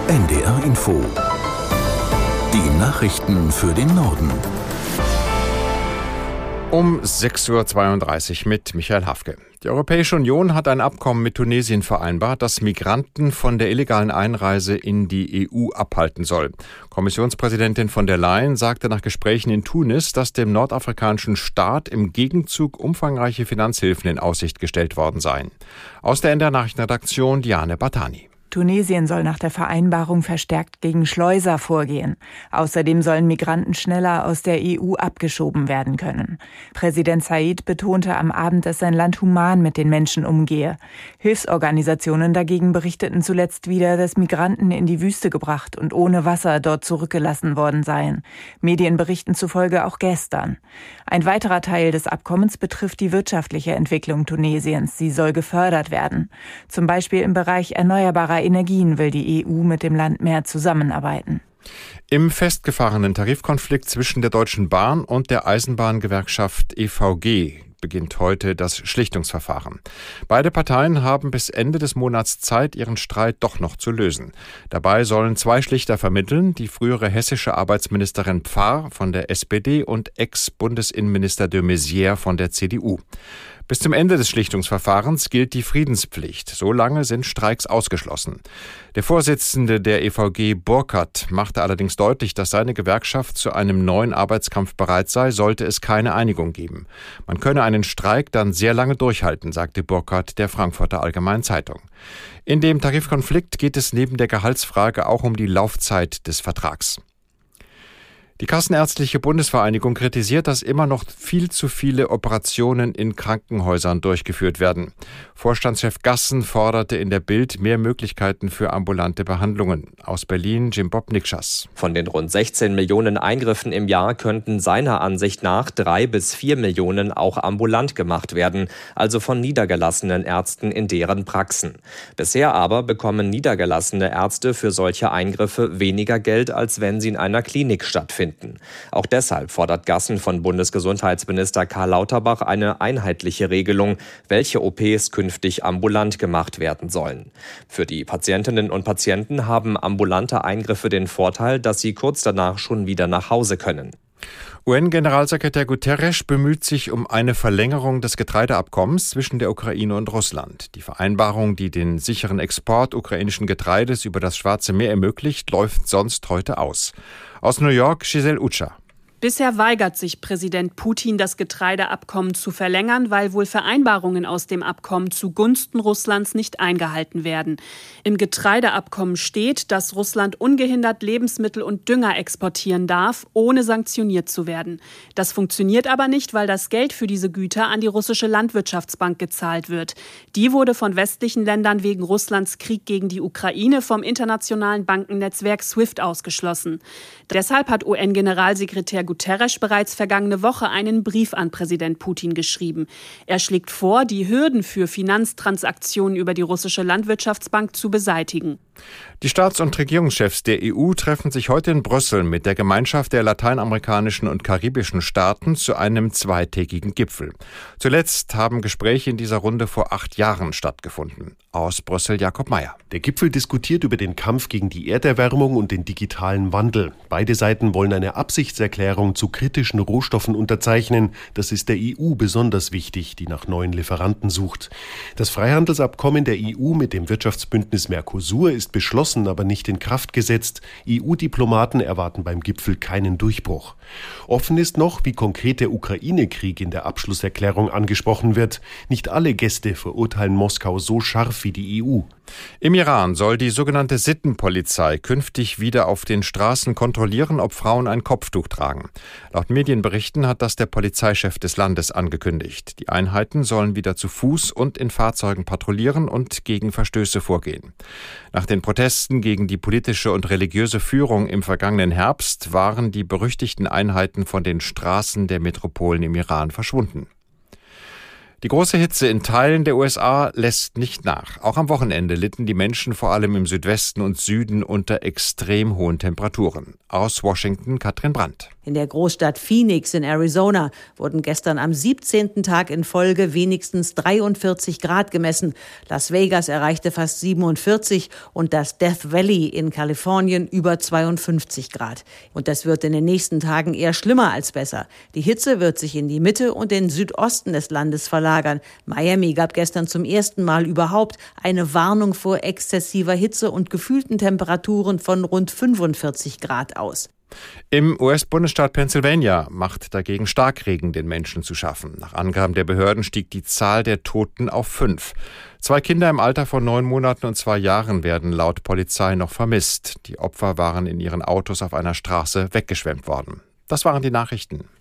NDR Info. Die Nachrichten für den Norden. Um 6.32 Uhr mit Michael Hafke. Die Europäische Union hat ein Abkommen mit Tunesien vereinbart, das Migranten von der illegalen Einreise in die EU abhalten soll. Kommissionspräsidentin von der Leyen sagte nach Gesprächen in Tunis, dass dem nordafrikanischen Staat im Gegenzug umfangreiche Finanzhilfen in Aussicht gestellt worden seien. Aus der NDR Nachrichtenredaktion Diane Batani. Tunesien soll nach der Vereinbarung verstärkt gegen Schleuser vorgehen. Außerdem sollen Migranten schneller aus der EU abgeschoben werden können. Präsident Said betonte am Abend, dass sein Land human mit den Menschen umgehe. Hilfsorganisationen dagegen berichteten zuletzt wieder, dass Migranten in die Wüste gebracht und ohne Wasser dort zurückgelassen worden seien. Medienberichten zufolge auch gestern. Ein weiterer Teil des Abkommens betrifft die wirtschaftliche Entwicklung Tunesiens. Sie soll gefördert werden. Zum Beispiel im Bereich erneuerbarer Energien will die EU mit dem Land mehr zusammenarbeiten. Im festgefahrenen Tarifkonflikt zwischen der Deutschen Bahn und der Eisenbahngewerkschaft EVG beginnt heute das Schlichtungsverfahren. Beide Parteien haben bis Ende des Monats Zeit, ihren Streit doch noch zu lösen. Dabei sollen 2 Schlichter vermitteln, die frühere hessische Arbeitsministerin Pfarr von der SPD und Ex-Bundesinnenminister de Maizière von der CDU. Bis zum Ende des Schlichtungsverfahrens gilt die Friedenspflicht. So lange sind Streiks ausgeschlossen. Der Vorsitzende der EVG, Burkhardt, machte allerdings deutlich, dass seine Gewerkschaft zu einem neuen Arbeitskampf bereit sei, sollte es keine Einigung geben. Man könne einen Streik dann sehr lange durchhalten, sagte Burkhardt der Frankfurter Allgemeinen Zeitung. In dem Tarifkonflikt geht es neben der Gehaltsfrage auch um die Laufzeit des Vertrags. Die Kassenärztliche Bundesvereinigung kritisiert, dass immer noch viel zu viele Operationen in Krankenhäusern durchgeführt werden. Vorstandschef Gassen forderte in der Bild mehr Möglichkeiten für ambulante Behandlungen. Aus Berlin Jim Bob Nikschas. Von den rund 16 Millionen Eingriffen im Jahr könnten seiner Ansicht nach 3 bis 4 Millionen auch ambulant gemacht werden, also von niedergelassenen Ärzten in deren Praxen. Bisher aber bekommen niedergelassene Ärzte für solche Eingriffe weniger Geld, als wenn sie in einer Klinik stattfinden. Auch deshalb fordert Gassen von Bundesgesundheitsminister Karl Lauterbach eine einheitliche Regelung, welche OPs künftig ambulant gemacht werden sollen. Für die Patientinnen und Patienten haben ambulante Eingriffe den Vorteil, dass sie kurz danach schon wieder nach Hause können. UN-Generalsekretär Guterres bemüht sich um eine Verlängerung des Getreideabkommens zwischen der Ukraine und Russland. Die Vereinbarung, die den sicheren Export ukrainischen Getreides über das Schwarze Meer ermöglicht, läuft sonst heute aus. Aus New York, Giselle Utscha. Bisher weigert sich Präsident Putin, das Getreideabkommen zu verlängern, weil wohl Vereinbarungen aus dem Abkommen zugunsten Russlands nicht eingehalten werden. Im Getreideabkommen steht, dass Russland ungehindert Lebensmittel und Dünger exportieren darf, ohne sanktioniert zu werden. Das funktioniert aber nicht, weil das Geld für diese Güter an die russische Landwirtschaftsbank gezahlt wird. Die wurde von westlichen Ländern wegen Russlands Krieg gegen die Ukraine vom internationalen Bankennetzwerk SWIFT ausgeschlossen. Deshalb hat UN-Generalsekretär Guterres bereits vergangene Woche einen Brief an Präsident Putin geschrieben. Er schlägt vor, die Hürden für Finanztransaktionen über die russische Landwirtschaftsbank zu beseitigen. Die Staats- und Regierungschefs der EU treffen sich heute in Brüssel mit der Gemeinschaft der lateinamerikanischen und karibischen Staaten zu einem 2-tägigen Gipfel. Zuletzt haben Gespräche in dieser Runde vor 8 Jahren stattgefunden. Aus Brüssel Jakob Mayer. Der Gipfel diskutiert über den Kampf gegen die Erderwärmung und den digitalen Wandel. Beide Seiten wollen eine Absichtserklärung zu kritischen Rohstoffen unterzeichnen. Das ist der EU besonders wichtig, die nach neuen Lieferanten sucht. Das Freihandelsabkommen der EU mit dem Wirtschaftsbündnis Mercosur ist beschlossen, aber nicht in Kraft gesetzt. EU-Diplomaten erwarten beim Gipfel keinen Durchbruch. Offen ist noch, wie konkret der Ukraine-Krieg in der Abschlusserklärung angesprochen wird. Nicht alle Gäste verurteilen Moskau so scharf wie die EU. Im Iran soll die sogenannte Sittenpolizei künftig wieder auf den Straßen kontrollieren, ob Frauen ein Kopftuch tragen. Laut Medienberichten hat das der Polizeichef des Landes angekündigt. Die Einheiten sollen wieder zu Fuß und in Fahrzeugen patrouillieren und gegen Verstöße vorgehen. Nach den Protesten gegen die politische und religiöse Führung im vergangenen Herbst waren die berüchtigten Einheiten von den Straßen der Metropolen im Iran verschwunden. Die große Hitze in Teilen der USA lässt nicht nach. Auch am Wochenende litten die Menschen vor allem im Südwesten und Süden unter extrem hohen Temperaturen. Aus Washington Katrin Brandt. In der Großstadt Phoenix in Arizona wurden gestern am 17. Tag in Folge wenigstens 43 Grad gemessen. Las Vegas erreichte fast 47 und das Death Valley in Kalifornien über 52 Grad. Und das wird in den nächsten Tagen eher schlimmer als besser. Die Hitze wird sich in die Mitte und den Südosten des Landes verlagern. Miami gab gestern zum ersten Mal überhaupt eine Warnung vor exzessiver Hitze und gefühlten Temperaturen von rund 45 Grad aus. Im US-Bundesstaat Pennsylvania macht dagegen Starkregen den Menschen zu schaffen. Nach Angaben der Behörden stieg die Zahl der Toten auf 5. 2 Kinder im Alter von 9 Monaten und 2 Jahren werden laut Polizei noch vermisst. Die Opfer waren in ihren Autos auf einer Straße weggeschwemmt worden. Das waren die Nachrichten.